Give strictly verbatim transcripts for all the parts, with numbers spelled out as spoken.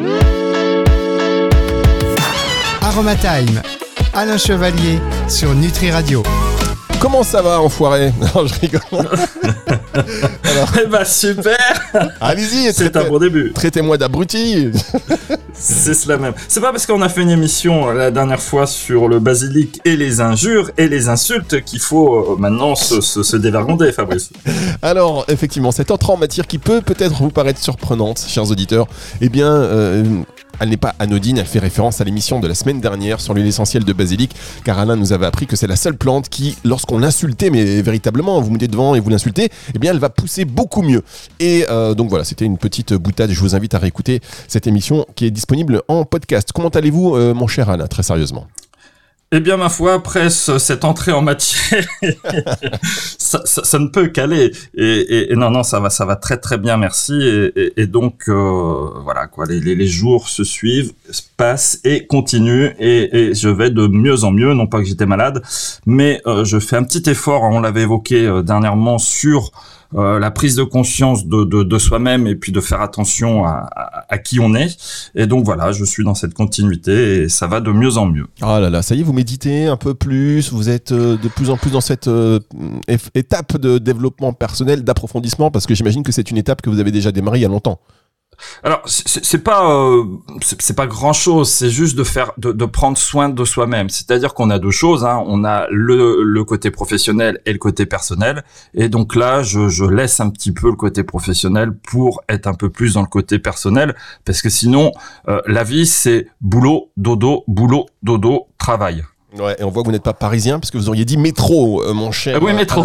Aromatime, Alain Chevalier sur Nutri Radio. Comment ça va, enfoiré? Non, je rigole. Alors... Eh ben, super. Allez-y, c'est un bon début. Traitez-moi d'abruti. C'est cela même. C'est pas parce qu'on a fait une émission la dernière fois sur le basilic et les injures et les insultes qu'il faut euh, maintenant se, se, se dévergonder, Fabrice. Alors, effectivement, cette entrée en matière qui peut peut-être vous paraître surprenante, chers auditeurs, eh bien... Euh, elle n'est pas anodine, elle fait référence à l'émission de la semaine dernière sur l'huile essentielle de basilic, car Alain nous avait appris que c'est la seule plante qui, lorsqu'on l'insultait, mais véritablement, vous mettez devant et vous l'insultez, eh bien elle va pousser beaucoup mieux. Et euh, donc voilà, c'était une petite boutade, je vous invite à réécouter cette émission qui est disponible en podcast. Comment allez-vous, euh, mon cher Alain, très sérieusement ? Eh bien, ma foi, après ce, cette entrée en matière, ça, ça, ça ne peut qu'aller. Et, et, et non, non, ça va, ça va très très bien, merci. Et, et, et donc, euh, voilà quoi, les, les, les jours se suivent, se passent et continuent. Et, et je vais de mieux en mieux. Non pas que j'étais malade, mais euh, je fais un petit effort. On l'avait évoqué euh, dernièrement sur Euh, la prise de conscience de, de, de soi-même et puis de faire attention à, à, à qui on est. Et donc voilà, je suis dans cette continuité et ça va de mieux en mieux. Ah là là, ça y est, vous méditez un peu plus, vous êtes euh, de plus en plus dans cette euh, étape de développement personnel, d'approfondissement, parce que j'imagine que c'est une étape que vous avez déjà démarrée il y a longtemps. Alors c'est, c'est pas euh, c'est, c'est pas grand chose, c'est juste de faire de, de prendre soin de soi-même. C'est-à-dire qu'on a deux choses, hein. On a le le côté professionnel et le côté personnel. Et donc là, je je laisse un petit peu le côté professionnel pour être un peu plus dans le côté personnel, parce que sinon euh, la vie c'est boulot, dodo, boulot, dodo, travail. Ouais, et on voit que vous n'êtes pas parisien, parce que vous auriez dit métro, euh, mon cher. Ah oui, métro.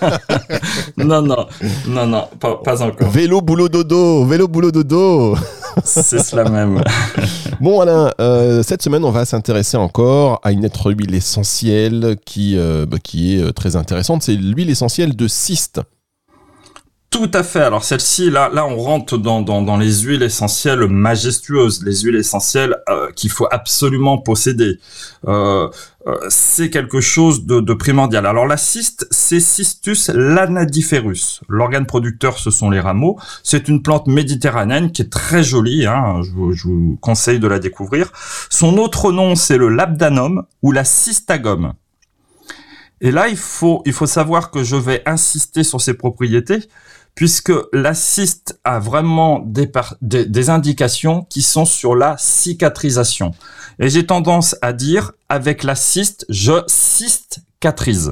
non, non, non, non, pas, pas encore. Vélo, boulot, dodo, vélo, boulot, dodo. C'est cela même. Bon, Alain, euh, cette semaine, on va s'intéresser encore à une autre huile essentielle qui, euh, bah, qui est très intéressante. C'est l'huile essentielle de cyste. Tout à fait. Alors celle-ci, là, là, on rentre dans dans, dans les huiles essentielles majestueuses, les huiles essentielles euh, qu'il faut absolument posséder. Euh, euh, c'est quelque chose de, de primordial. Alors la cyste, c'est Cystus lanadiferus. L'organe producteur, ce sont les rameaux. C'est une plante méditerranéenne qui est très jolie. Hein, je, vous, je vous conseille de la découvrir. Son autre nom, c'est le labdanum ou la cystagome. Et là, il faut il faut savoir que je vais insister sur ses propriétés, puisque la cyste a vraiment des, par, des, des indications qui sont sur la cicatrisation. Et j'ai tendance à dire, avec la cyste, je cystcatrise.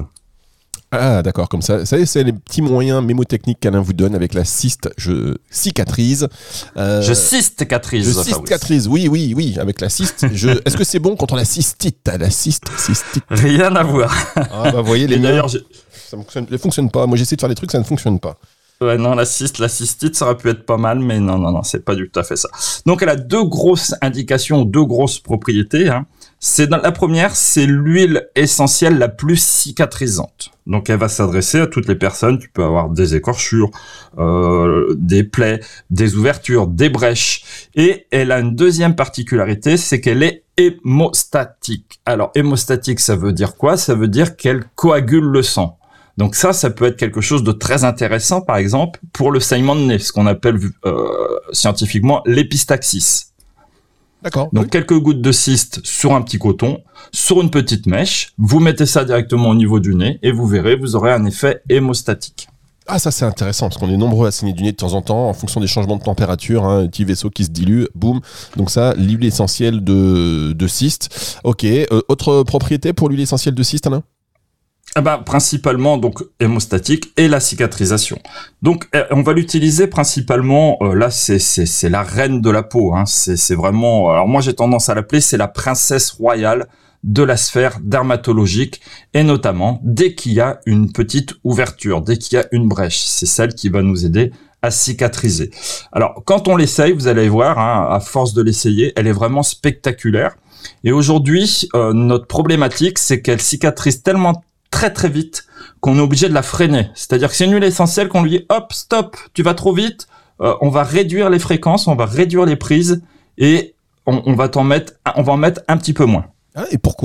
Ah d'accord, comme ça. Ça c'est les petits moyens mémotechniques qu'Alain vous donne avec la cyste. Je cicatrise. Euh, je cystcatrise. Je cystcatrise, oui, oui, oui. Avec la cyste. Je... Est-ce que c'est bon contre la cystite? La cyste, cystite. Rien à voir. Ah bah vous voyez, les d'ailleurs, miens, ça ne fonctionne pas. Moi j'essaie de faire des trucs, ça ne fonctionne pas. Ouais, non, la cyste, la cystite, ça aurait pu être pas mal, mais non, non, non, c'est pas du tout à fait ça. Donc, elle a deux grosses indications, deux grosses propriétés, hein. C'est dans la première, c'est l'huile essentielle la plus cicatrisante. Donc, elle va s'adresser à toutes les personnes. Tu peux avoir des écorchures, euh, des plaies, des ouvertures, des brèches. Et elle a une deuxième particularité, c'est qu'elle est hémostatique. Alors, hémostatique, ça veut dire quoi? Ça veut dire qu'elle coagule le sang. Donc ça, ça peut être quelque chose de très intéressant, par exemple, pour le saignement de nez, ce qu'on appelle euh, scientifiquement l'épistaxis. D'accord. Donc oui. Quelques gouttes de cyste sur un petit coton, sur une petite mèche, vous mettez ça directement au niveau du nez et vous verrez, vous aurez un effet hémostatique. Ah ça c'est intéressant, parce qu'on est nombreux à saigner du nez de temps en temps, en fonction des changements de température, hein, un petit vaisseau qui se dilue, boum. Donc ça, l'huile essentielle de, de cyste. Ok, euh, autre propriété pour l'huile essentielle de cyste, Alain ? Eh ben, principalement donc hémostatique et la cicatrisation. Donc eh, on va l'utiliser principalement euh, là c'est c'est c'est la reine de la peau, hein. C'est c'est vraiment, alors moi j'ai tendance à l'appeler, c'est la princesse royale de la sphère dermatologique, et notamment dès qu'il y a une petite ouverture, dès qu'il y a une brèche, c'est celle qui va nous aider à cicatriser. Alors quand on l'essaye, vous allez voir, hein, à force de l'essayer, elle est vraiment spectaculaire. Et aujourd'hui, euh, notre problématique, c'est qu'elle cicatrise tellement très très vite qu'on est obligé de la freiner. C'est-à-dire que c'est une huile essentielle qu'on lui dit hop, stop, tu vas trop vite, euh, on va réduire les fréquences, on va réduire les prises et on, on va t'en mettre, on va en mettre un petit peu moins. Ah, et pourquoi ?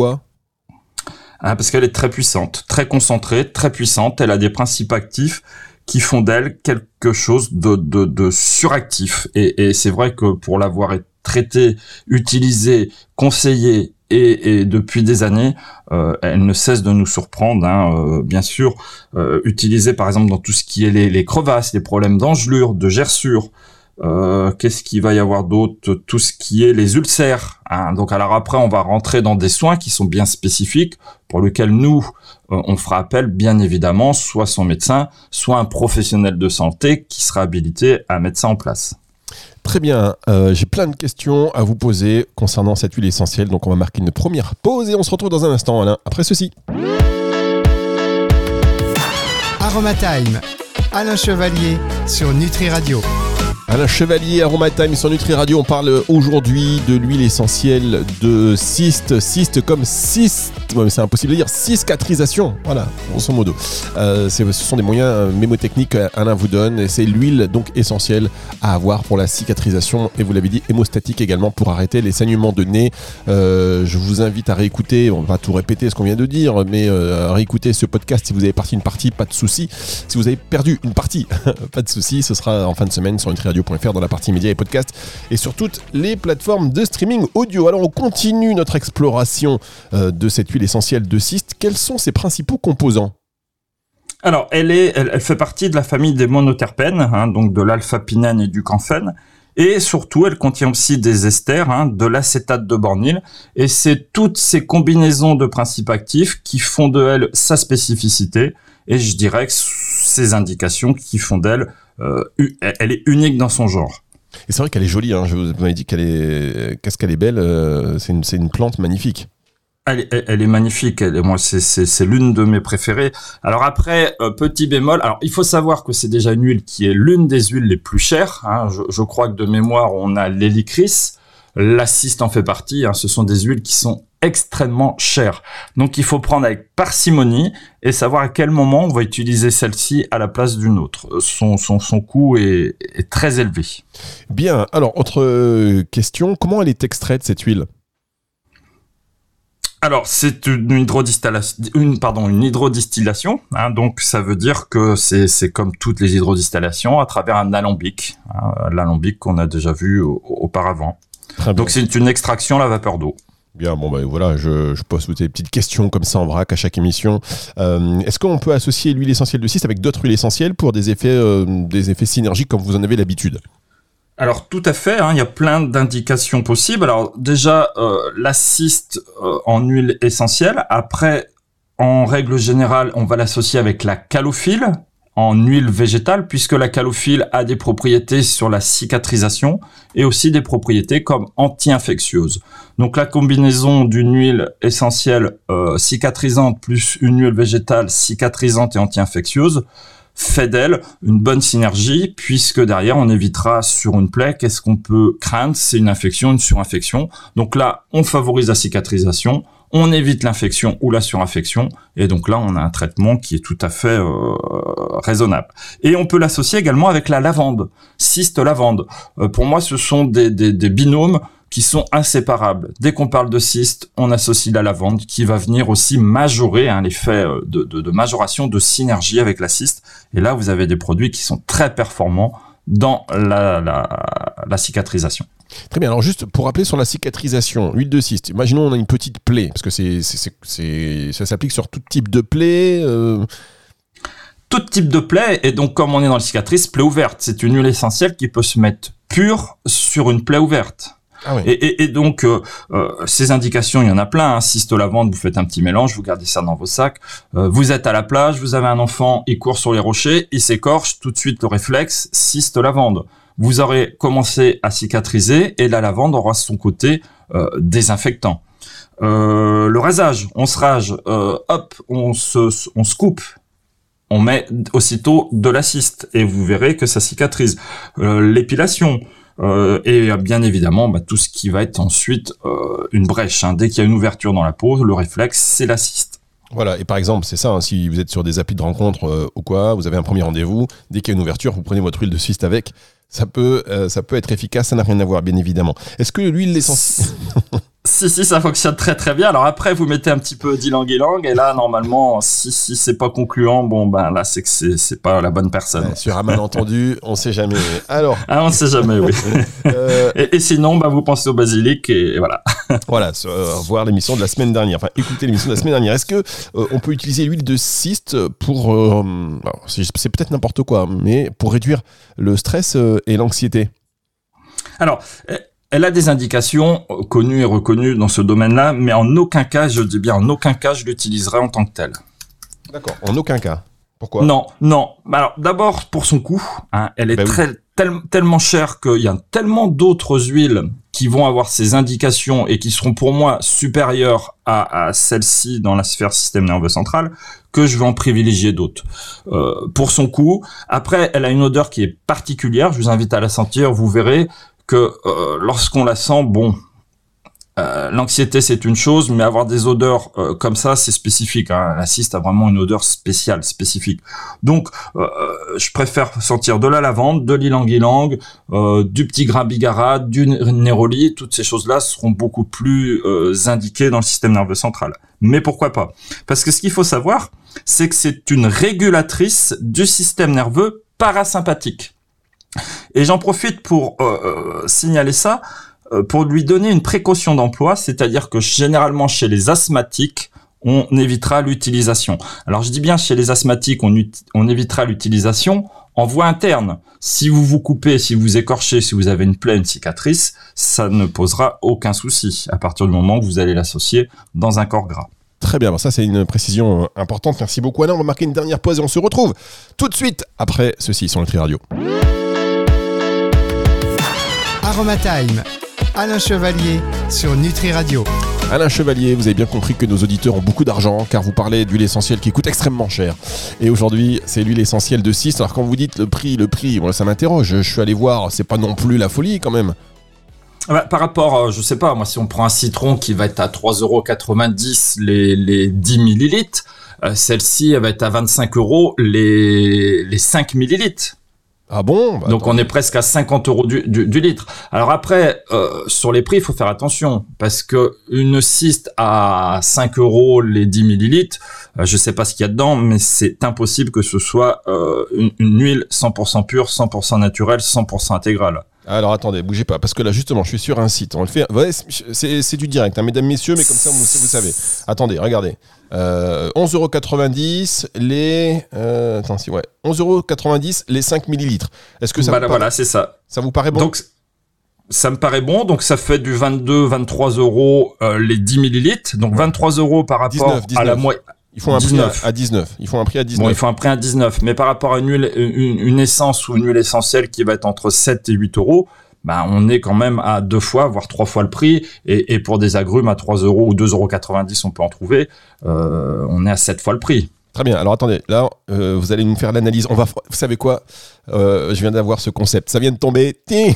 Ah, parce qu'elle est très puissante, très concentrée, très puissante. Elle a des principes actifs qui font d'elle quelque chose de, de, de suractif. Et, et c'est vrai que pour l'avoir traitée, utilisée, conseillée et, et depuis des années, euh, elle ne cesse de nous surprendre. Hein, euh, bien sûr, euh, utilisée par exemple dans tout ce qui est les, les crevasses, les problèmes d'engelure, de gerçure. Euh, qu'est-ce qu'il va y avoir d'autre? Tout ce qui est les ulcères. Hein. Donc alors après, on va rentrer dans des soins qui sont bien spécifiques, pour lesquels nous, euh, on fera appel bien évidemment, soit son médecin, soit un professionnel de santé qui sera habilité à mettre ça en place. Très bien, euh, j'ai plein de questions à vous poser concernant cette huile essentielle, donc on va marquer une première pause et on se retrouve dans un instant, Alain, après ceci. Aromatime, Alain Chevalier sur Nutri Radio. Alain Chevalier, Aromatime sur Nutri Radio. On parle aujourd'hui de l'huile essentielle de cyste. Cyste comme cyste. Ouais, c'est impossible de dire. Cicatrisation. Voilà, grosso modo. Euh, c'est, ce sont des moyens mémotechniques qu'Alain vous donne. Et c'est l'huile donc essentielle à avoir pour la cicatrisation. Et vous l'avez dit, hémostatique également pour arrêter les saignements de nez. Euh, je vous invite à réécouter. On va tout répéter ce qu'on vient de dire. Mais euh, à réécouter ce podcast si vous avez parti une partie, pas de souci. Si vous avez perdu une partie, pas de souci. Ce sera en fin de semaine sur Nutri Radio. Dans la partie médias et podcasts et sur toutes les plateformes de streaming audio. Alors on continue notre exploration euh, de cette huile essentielle de cyste. Quels sont ses principaux composants? Alors elle est, elle, elle fait partie de la famille des monoterpènes, hein, donc de l'alpha-pinène et du camphène. Et surtout, elle contient aussi des esters, hein, de l'acétate de bornyle. Et c'est toutes ces combinaisons de principes actifs qui font de elle sa spécificité. Et je dirais que ces indications qui font d'elle, euh, elle est unique dans son genre. Et c'est vrai qu'elle est jolie, hein. Je vous m'avez dit qu'elle est, qu'est-ce qu'elle est belle, euh, c'est, une, c'est une plante magnifique. Elle est, elle est magnifique, elle, moi c'est, c'est, c'est l'une de mes préférées. Alors après, euh, petit bémol, alors il faut savoir que c'est déjà une huile qui est l'une des huiles les plus chères. Hein. Je, je crois que de mémoire, on a l'hélicris, la cyste en fait partie, hein. Ce sont des huiles qui sont extrêmement chères. Donc il faut prendre avec parcimonie et savoir à quel moment on va utiliser celle-ci à la place d'une autre. Son, son, son coût est, est très élevé. Bien, alors autre question, comment elle est extraite cette huile ? Alors, c'est une hydrodistillation, une, pardon, une hydrodistillation, hein, donc ça veut dire que c'est, c'est comme toutes les hydrodistillations à travers un alambic, hein, l'alambic qu'on a déjà vu au, auparavant. Donc c'est une extraction à la vapeur d'eau. Bien, bon ben voilà, je, je pose des petites questions comme ça en vrac à chaque émission. Euh, est-ce qu'on peut associer l'huile essentielle de cyste avec d'autres huiles essentielles pour des effets, euh, des effets synergiques comme vous en avez l'habitude ? Alors tout à fait, hein, il y a plein d'indications possibles. Alors déjà, euh, la cyste euh, en huile essentielle. Après, en règle générale, on va l'associer avec la calophylle en huile végétale, puisque la calophylle a des propriétés sur la cicatrisation et aussi des propriétés comme anti-infectieuses. Donc la combinaison d'une huile essentielle euh, cicatrisante plus une huile végétale cicatrisante et anti-infectieuse fait d'elle une bonne synergie, puisque derrière on évitera sur une plaie, qu'est-ce qu'on peut craindre, c'est une infection, une surinfection. Donc là, on favorise la cicatrisation, on évite l'infection ou la surinfection, et donc là on a un traitement qui est tout à fait euh, raisonnable. Et on peut l'associer également avec la lavande, cyste lavande. Euh, pour moi, ce sont des, des, des binômes qui sont inséparables. Dès qu'on parle de cyste, on associe la lavande qui va venir aussi majorer hein, l'effet de, de, de majoration, de synergie avec la cyste. Et là, vous avez des produits qui sont très performants dans la, la, la cicatrisation. Très bien, alors juste pour rappeler sur la cicatrisation, l'huile de cyste, imaginons on a une petite plaie, parce que c'est, c'est, c'est, c'est, ça s'applique sur tout type de plaie euh... Tout type de plaie, et donc comme on est dans la cicatrice, plaie ouverte, c'est une huile essentielle qui peut se mettre pure sur une plaie ouverte. Ah oui. Et, et, et donc, euh, euh, ces indications, il y en a plein. Hein. Cyste lavande, vous faites un petit mélange, vous gardez ça dans vos sacs. Euh, vous êtes à la plage, vous avez un enfant, il court sur les rochers, il s'écorche, tout de suite le réflexe, cyste lavande. Vous aurez commencé à cicatriser et la lavande aura son côté euh, désinfectant. Euh, le rasage, on se rage, euh, hop, on se, on se coupe. On met aussitôt de la cyste et vous verrez que ça cicatrise. Euh, l'épilation. Euh, et bien évidemment, bah, tout ce qui va être ensuite euh, une brèche. Hein. Dès qu'il y a une ouverture dans la peau, le réflexe, c'est la cyste. Voilà, et par exemple, c'est ça, hein, si vous êtes sur des applis de rencontre euh, ou quoi, vous avez un premier rendez-vous, dès qu'il y a une ouverture, vous prenez votre huile de cyste avec, ça peut, euh, ça peut être efficace, ça n'a rien à voir, bien évidemment. Est-ce que l'huile essentielle... Si, si, ça fonctionne très très bien. Alors après, vous mettez un petit peu d'ylang-ylang et là, normalement, si, si c'est pas concluant, bon, ben là, c'est que c'est, c'est pas la bonne personne. Ouais, sur un malentendu, on sait jamais. Alors. Ah, on sait jamais, oui. euh... et, et sinon, ben, vous pensez au basilic et, et voilà. Voilà, euh, voir l'émission de la semaine dernière. Enfin, écoutez l'émission de la semaine dernière. Est-ce que euh, on peut utiliser l'huile de cyste pour, euh, alors, c'est, c'est peut-être n'importe quoi, mais pour réduire le stress euh, et l'anxiété? Alors. Euh... Elle a des indications connues et reconnues dans ce domaine-là, mais en aucun cas, je dis bien en aucun cas, je l'utiliserai en tant que tel. D'accord, en aucun cas. Pourquoi ? Non, non. Alors d'abord pour son coût, hein, elle est bah très oui. tel, tellement chère qu'il y a tellement d'autres huiles qui vont avoir ces indications et qui seront pour moi supérieures à, à celle-ci dans la sphère système nerveux central que je vais en privilégier d'autres. Euh, pour son coût, après, elle a une odeur qui est particulière. Je vous invite à la sentir, vous verrez. Que euh, lorsqu'on la sent, bon, euh, l'anxiété c'est une chose, mais avoir des odeurs euh, comme ça, c'est spécifique. Hein. La cyste a vraiment une odeur spéciale, spécifique. Donc, euh, je préfère sentir de la lavande, de l'ylang-ylang, euh, du petit grain bigarade, du néroli. Toutes ces choses-là seront beaucoup plus euh, indiquées dans le système nerveux central. Mais pourquoi pas ? Parce que ce qu'il faut savoir, c'est que c'est une régulatrice du système nerveux parasympathique. Et j'en profite pour euh, signaler ça, euh, pour lui donner une précaution d'emploi, c'est-à-dire que généralement chez les asthmatiques, on évitera l'utilisation. Alors je dis bien chez les asthmatiques, on, ut- on évitera l'utilisation en voie interne. Si vous vous coupez, si vous écorchez, si vous avez une plaie, une cicatrice, ça ne posera aucun souci à partir du moment que vous allez l'associer dans un corps gras. Très bien, ça c'est une précision importante. Merci beaucoup Alain. On va marquer une dernière pause et on se retrouve tout de suite après ceci sur Nutri Radio. Aromatime, Alain Chevalier sur Nutri Radio. Alain Chevalier, vous avez bien compris que nos auditeurs ont beaucoup d'argent car vous parlez d'huile essentielle qui coûte extrêmement cher. Et aujourd'hui, c'est l'huile essentielle de cyste. Alors quand vous dites le prix, le prix, moi, ça m'interroge. Je suis allé voir, c'est pas non plus la folie quand même. Bah, par rapport, je sais pas, moi si on prend un citron qui va être à trois euros quatre-vingt-dix les, les dix millilitres, euh, celle-ci elle va être à vingt-cinq euros les, les cinq millilitres. Ah bon bah, Donc attends. on est presque à cinquante euros du, du, du litre. Alors après, euh, sur les prix, il faut faire attention parce que une cyste à cinq euros les dix millilitres, euh, je sais pas ce qu'il y a dedans, mais c'est impossible que ce soit euh, une, une huile cent pour cent pure, cent pour cent naturelle, cent pour cent intégrale. Alors attendez, bougez pas, parce que là justement, je suis sur un site. On le fait. Ouais, c'est, c'est du direct, hein, mesdames, messieurs, mais comme ça, vous, vous savez. Attendez, regardez. Euh, onze euros quatre-vingt-dix les. Euh, attends, si ouais, onze euros quatre-vingt-dix les cinq millilitres. Est-ce que ça voilà, vous paraît, voilà, c'est ça. Ça vous paraît bon ? Donc, ça me paraît bon. Donc, ça fait du vingt-deux, vingt-trois euros euh, les dix millilitres. Donc, vingt-trois euros par rapport dix-neuf, dix-neuf. à la moyenne. Ils font un dix-neuf. Prix à dix-neuf. Ils font un prix à dix-neuf. Bon, il faut un prix à dix-neuf. Mais par rapport à une huile, une, une essence ou une huile essentielle qui va être entre sept et huit euros, bah, on est quand même à deux fois, voire trois fois le prix. Et, et pour des agrumes à trois euros ou deux euros quatre-vingt-dix, on peut en trouver. Euh, on est à sept fois le prix. Très bien. Alors attendez, là, euh, vous allez nous faire l'analyse. On va, vous savez quoi ? euh, Je viens d'avoir ce concept. Ça vient de tomber.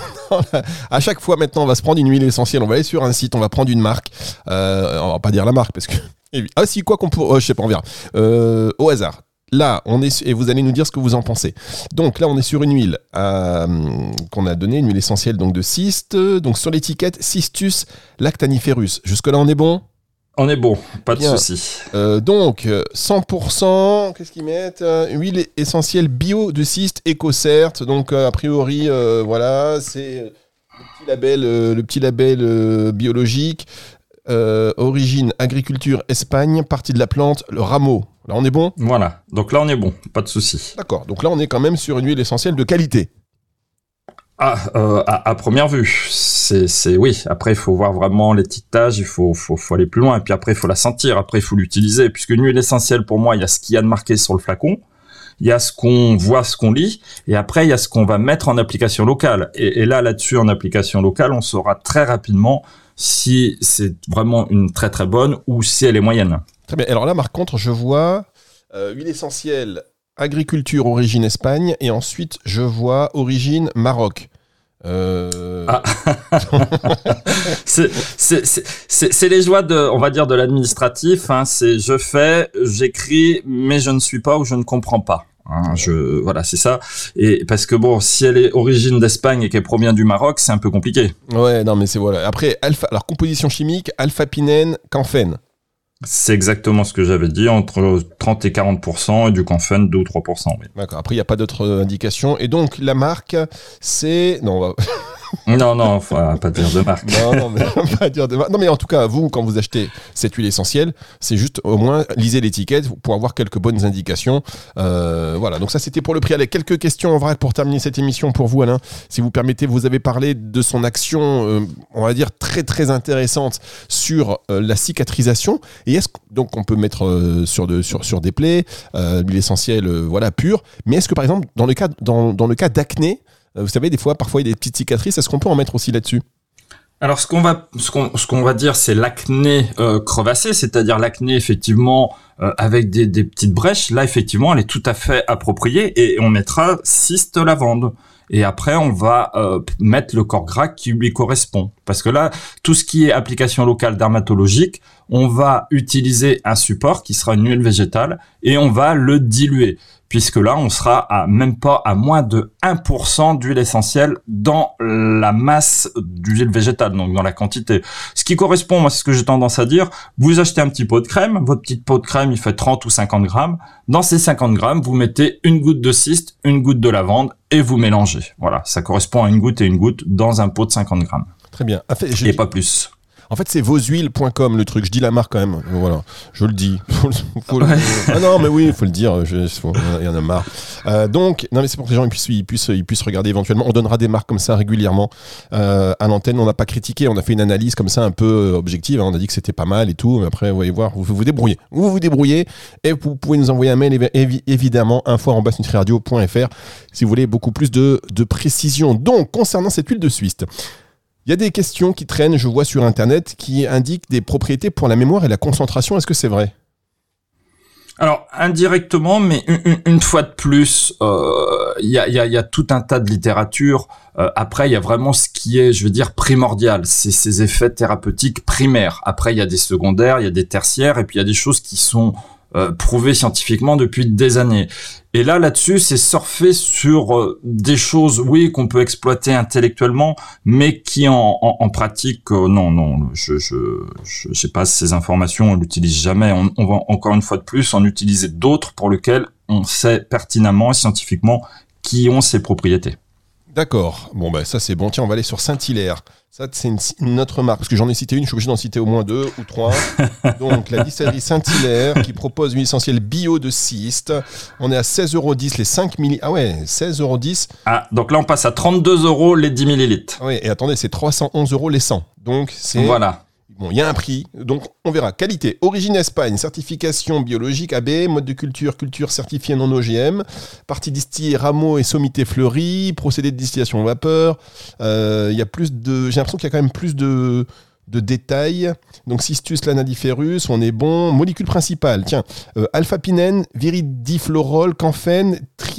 À chaque fois, maintenant, on va se prendre une huile essentielle. On va aller sur un site. On va prendre une marque. Euh, on va pas dire la marque parce que. Ah si, quoi qu'on pourrait. Oh, je sais pas, on verra. Euh, au hasard. Là, on est et vous allez nous dire ce que vous en pensez. Donc là, on est sur une huile euh, qu'on a donnée, une huile essentielle donc de cyste. Donc sur l'étiquette, Cystus lactaniferus. Jusque là, on est bon ? On est bon, pas de Bien. souci. Euh, donc cent pour cent, qu'est-ce qu'ils mettent ? euh, Huile essentielle bio de cyste, EcoCert. Donc euh, a priori, euh, voilà, c'est le petit label, euh, le petit label euh, biologique. Euh, origine agriculture Espagne, partie de la plante, le rameau. Là, on est bon ? Voilà. Donc là, on est bon, pas de souci. D'accord. Donc là, on est quand même sur une huile essentielle de qualité. Ah, euh, à, à première vue, c'est, c'est oui. Après, il faut voir vraiment l'étiquetage. Il faut, faut, faut aller plus loin. Et puis après, il faut la sentir. Après, il faut l'utiliser. Puisque une huile essentielle, pour moi, il y a ce qu'il y a de marqué sur le flacon. Il y a ce qu'on voit, ce qu'on lit. Et après, il y a ce qu'on va mettre en application locale. Et, et là, là-dessus, en application locale, on saura très rapidement si c'est vraiment une très très bonne ou si elle est moyenne. Très bien. Alors là, par contre, je vois euh, huile essentielle agriculture origine Espagne et ensuite je vois origine Maroc. Euh... Ah. c'est, c'est, c'est, c'est, c'est les joies de, on va dire, de l'administratif. Hein. C'est je fais, j'écris, mais je ne suis pas ou je ne comprends pas. Hein, je, voilà, c'est ça. Et parce que bon, si elle est origine d'Espagne et qu'elle provient du Maroc, c'est un peu compliqué. Ouais, non, mais c'est voilà. Après, alpha, alors composition chimique, alpha-pinène, camphène. C'est exactement ce que j'avais dit, entre trente et quarante pour cent et du camphène deux ou trois pour cent. Oui. D'accord. Après, il n'y a pas d'autres indications. Et donc, la marque, c'est... Non, on va... Non, non, faut pas dire de marque. Non, non, mais, pas dire de marque. Non, mais en tout cas, vous, quand vous achetez cette huile essentielle, c'est juste au moins lisez l'étiquette pour avoir quelques bonnes indications. Euh, voilà, donc ça c'était pour le prix. Allez, quelques questions en vrac pour terminer cette émission pour vous, Alain. Si vous permettez, vous avez parlé de son action, euh, on va dire, très très intéressante sur euh, la cicatrisation. Et est-ce que, donc on peut mettre euh, sur, de, sur, sur des plaies, euh, l'huile essentielle euh, voilà, pure. Mais est-ce que par exemple, dans le cas, dans, dans le cas d'acné, vous savez, des fois, parfois, il y a des petites cicatrices. Est-ce qu'on peut en mettre aussi là-dessus ? Alors, ce qu'on va, ce qu'on, ce qu'on va dire, c'est l'acné euh, crevassé, c'est-à-dire l'acné, effectivement, euh, avec des, des petites brèches. Là, effectivement, elle est tout à fait appropriée et on mettra cyste lavande. Et après, on va euh, mettre le corps gras qui lui correspond. Parce que là, tout ce qui est application locale dermatologique, on va utiliser un support qui sera une huile végétale et on va le diluer. Puisque là, on sera à même pas à moins de un pour cent d'huile essentielle dans la masse d'huile végétale, donc dans la quantité. Ce qui correspond, moi, c'est ce que j'ai tendance à dire, vous achetez un petit pot de crème, votre petit pot de crème, il fait trente ou cinquante grammes. Dans ces cinquante grammes, vous mettez une goutte de cyste, une goutte de lavande et vous mélangez. Voilà, ça correspond à une goutte et une goutte dans un pot de cinquante grammes. Très bien. Ah, fait, et pas plus. En fait, c'est vos huiles point com le truc. Je dis la marque quand même. Voilà, je le dis. Faut, faut ouais. le... Ah non, mais oui, il faut le dire. Il y en a marre. Euh, donc, non, mais c'est pour que les gens ils puissent, ils puissent, ils puissent regarder éventuellement. On donnera des marques comme ça régulièrement euh, à l'antenne. On n'a pas critiqué. On a fait une analyse comme ça un peu objective. Hein. On a dit que c'était pas mal et tout. Mais après, vous voyez voir, vous vous débrouillez. Vous vous débrouillez et vous pouvez nous envoyer un mail évi- évidemment info arobase nutriradio point f r si vous voulez beaucoup plus de, de précision. Donc, concernant cette huile de Suisse. Il y a des questions qui traînent, je vois sur Internet, qui indiquent des propriétés pour la mémoire et la concentration. Est-ce que c'est vrai ? Alors, indirectement, mais une, une fois de plus, il euh, y, a, y, a, y a tout un tas de littérature. Euh, après, il y a vraiment ce qui est, je veux dire, primordial. C'est ces effets thérapeutiques primaires. Après, il y a des secondaires, il y a des tertiaires, et puis il y a des choses qui sont euh, prouvées scientifiquement depuis des années. Et là, là-dessus, c'est surfer sur euh, des choses, oui, qu'on peut exploiter intellectuellement, mais qui en, en, en pratique, euh, non, non, je, je, je, je sais pas, ces informations, on l'utilise jamais. On, on va encore une fois de plus en utiliser d'autres pour lesquelles on sait pertinemment et scientifiquement qui ont ces propriétés. D'accord. Bon, ben ça c'est bon. Tiens, on va aller sur Saint-Hilaire. Ça, c'est une, une autre marque. Parce que j'en ai cité une, je suis obligé d'en citer au moins deux ou trois. Donc, la distillerie Saint-Hilaire qui propose une essentielle bio de cyste. On est à seize euros dix les cinq millilitres. Ah ouais, seize euros dix. Ah, donc là, on passe à trente-deux euros les dix millilitres. Ah ouais, et attendez, c'est trois cent onze euros les cent. Donc, c'est... Voilà. Bon, il y a un prix, donc on verra. Qualité, origine Espagne, certification biologique A B, mode de culture, culture certifiée non O G M, partie distillée, rameaux et sommités fleuries, procédé de distillation vapeur. Euh, il y a plus de, j'ai l'impression qu'il y a quand même plus de, de détails. Donc Cistus lanadiferus, on est bon. Molécule principale, tiens, euh, alpha-pinène, viridiflorol, camphène,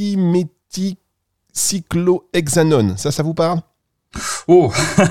triméthylcyclohexanone. Ça, ça vous parle ? Oh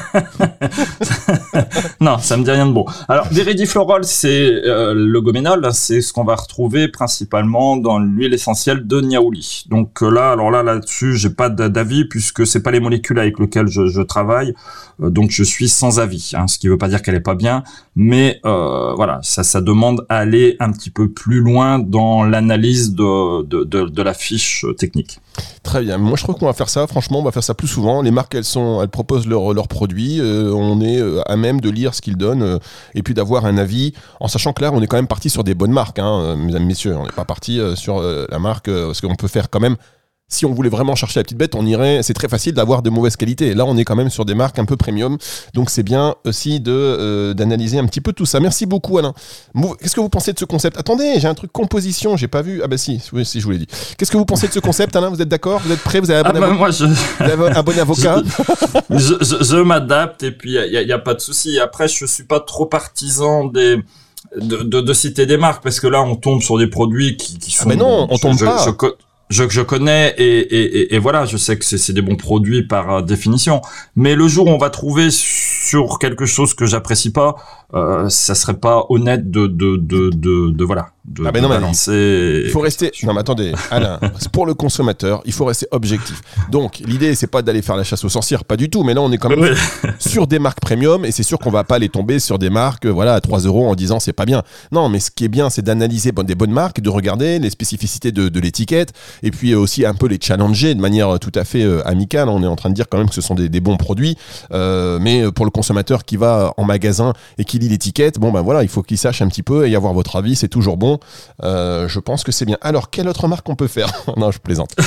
non, ça me dit rien de bon. Alors, viridiflorol, c'est euh, le goménol, c'est ce qu'on va retrouver principalement dans l'huile essentielle de Niaouli. Donc euh, là, alors là, là-dessus, j'ai pas d'avis puisque c'est pas les molécules avec lesquelles je, je travaille, euh, donc je suis sans avis. Hein, ce qui veut pas dire qu'elle est pas bien, mais euh, voilà, ça, ça demande à aller un petit peu plus loin dans l'analyse de de, de, de la fiche technique. Très bien. Moi, je trouve qu'on va faire ça. Franchement, on va faire ça plus souvent. Les marques, elles sont, elles proposent leurs leurs produits. Euh, on est à même de lire ce qu'ils donnent euh, et puis d'avoir un avis, en sachant que là, on est quand même parti sur des bonnes marques, hein, mesdames, messieurs. On n'est pas parti euh, sur euh, la marque euh, parce qu'on peut faire quand même. Si on voulait vraiment chercher la petite bête, on irait. C'est très facile d'avoir de mauvaise qualité. Là, on est quand même sur des marques un peu premium, donc c'est bien aussi de euh, d'analyser un petit peu tout ça. Merci beaucoup, Alain. Qu'est-ce que vous pensez de ce concept ? Attendez, j'ai un truc composition, j'ai pas vu. Ah bah si, oui, si je vous l'ai dit. Qu'est-ce que vous pensez de ce concept, Alain ? Vous êtes d'accord ? Vous êtes prêt ? Vous avez un bon, ah bah avo- moi, je... vous avez un bon avocat ? je, je, je, je m'adapte et puis il y a, y a pas de souci. Après, je suis pas trop partisan des de, de, de citer des marques parce que là, on tombe sur des produits qui, qui sont. Ah mais non, on tombe je, pas. Je, je, Je, je connais et, et, et, et voilà, je sais que c'est, c'est des bons produits par euh, définition. Mais le jour où on va trouver sur quelque chose que j'apprécie pas, euh, ça serait pas honnête de de de de, de voilà de, ah ben de non, balancer. Il faut rester. Non, mais attendez, Alain, pour le consommateur, il faut rester objectif. Donc, l'idée, c'est pas d'aller faire la chasse aux sorcières, pas du tout. Mais là, on est quand même oui. sur des marques premium et c'est sûr qu'on va pas aller tomber sur des marques, voilà, à trois euros en disant c'est pas bien. Non, mais ce qui est bien, c'est d'analyser des bonnes marques, de regarder les spécificités de, de l'étiquette et puis aussi un peu les challenger de manière tout à fait euh, amicale. On est en train de dire quand même que ce sont des, des bons produits, euh, mais pour le consommateur qui va en magasin et qui lit l'étiquette, bon ben voilà, il faut qu'il sache un petit peu et avoir votre avis, c'est toujours bon. Euh, je pense que c'est bien. Alors, quelle autre marque on peut faire ? Non, je plaisante.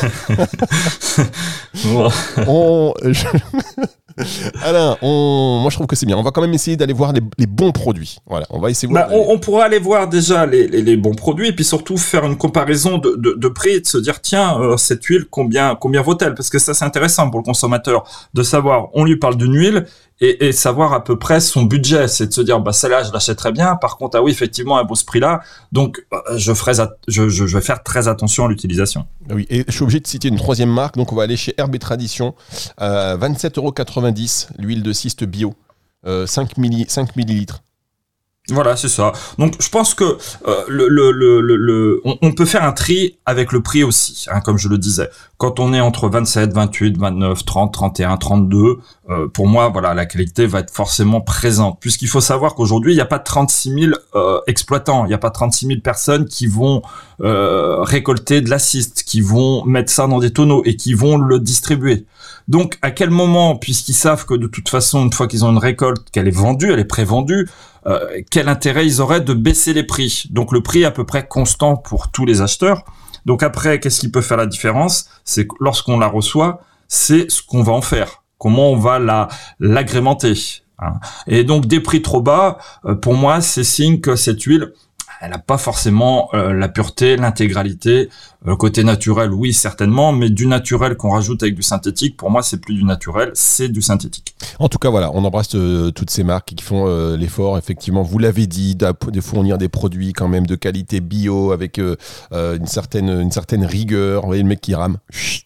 on, je... Alain, on... moi je trouve que c'est bien. On va quand même essayer d'aller voir les, les bons produits. Voilà, on va essayer. Bah, voir on, on pourra aller voir déjà les, les, les bons produits et puis surtout faire une comparaison de, de, de prix et de se dire tiens euh, cette huile combien combien vaut-elle ? Parce que ça c'est intéressant pour le consommateur de savoir. On lui parle d'une huile. Et, et savoir à peu près son budget, c'est de se dire bah celle-là je l'achèterais bien, par contre ah oui effectivement elle vaut ce prix-là, donc euh, je ferai at- je, je, je vais faire très attention à l'utilisation. Oui, et je suis obligé de citer une troisième marque, donc on va aller chez Herbe et Tradition, euh, vingt-sept euros quatre-vingt-dix, l'huile de cyste bio, euh, cinq millilitres. Voilà, c'est ça. Donc, je pense que euh, le, le, le, le, on, on peut faire un tri avec le prix aussi, hein, comme je le disais. Quand on est entre vingt-sept, vingt-huit, vingt-neuf, trente, trente et un, trente-deux, euh, pour moi, voilà, la qualité va être forcément présente. Puisqu'il faut savoir qu'aujourd'hui, il n'y a pas trente-six mille euh, exploitants, il n'y a pas trente-six mille personnes qui vont euh, récolter de la cyste, qui vont mettre ça dans des tonneaux et qui vont le distribuer. Donc, à quel moment, puisqu'ils savent que de toute façon, une fois qu'ils ont une récolte, qu'elle est vendue, elle est prévendue, euh, quel intérêt ils auraient de baisser les prix ? Donc, le prix est à peu près constant pour tous les acheteurs. Donc après, qu'est-ce qui peut faire la différence ? C'est que lorsqu'on la reçoit, c'est ce qu'on va en faire. Comment on va la l'agrémenter. Hein. Et donc, des prix trop bas, euh, pour moi, c'est signe que cette huile, elle n'a pas forcément euh, la pureté, l'intégralité. Le côté naturel, oui, certainement, mais du naturel qu'on rajoute avec du synthétique, pour moi, c'est plus du naturel, c'est du synthétique. En tout cas, voilà, on embrasse euh, toutes ces marques qui font euh, l'effort, effectivement, vous l'avez dit, de fournir des produits quand même de qualité bio, avec euh, euh, une, certaine, une certaine rigueur. Vous voyez le mec qui rame. Chut.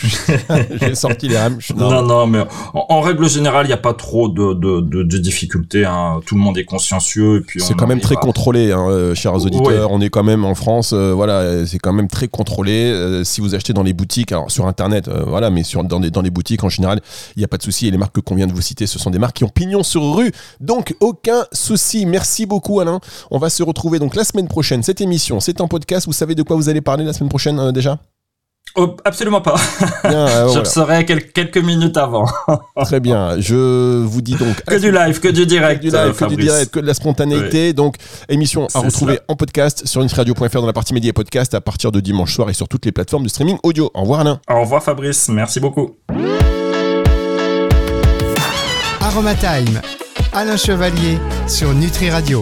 J'ai sorti les rames. Non, non, non mais en, en règle générale, il n'y a pas trop de, de, de, de difficultés. Hein. Tout le monde est consciencieux. Et puis c'est quand même très à... contrôlé, hein, euh, chers auditeurs. Oui. On est quand même en France. Euh, voilà, c'est quand même très contrôlé. Euh, si vous achetez dans les boutiques, alors sur Internet, euh, voilà, mais sur, dans, les, dans les boutiques en général, il n'y a pas de souci. Et les marques qu'on vient de vous citer, ce sont des marques qui ont pignon sur rue. Donc, aucun souci. Merci beaucoup, Alain. On va se retrouver donc la semaine prochaine. Cette émission, c'est un podcast. Vous savez de quoi vous allez parler la semaine prochaine euh, déjà ? Oh, absolument pas. Bien, euh, je voilà. le saurai quel- quelques minutes avant. Très bien. Je vous dis donc que du live, que du direct, que du live, euh, que du direct, que de la spontanéité. Oui. Donc émission à retrouver cela. En podcast sur nutriradio point f r dans la partie médias et podcast à partir de dimanche soir et sur toutes les plateformes de streaming audio. Au revoir Alain. Au revoir Fabrice. Merci beaucoup. Aroma Time. Alain Chevalier sur Nutri Radio.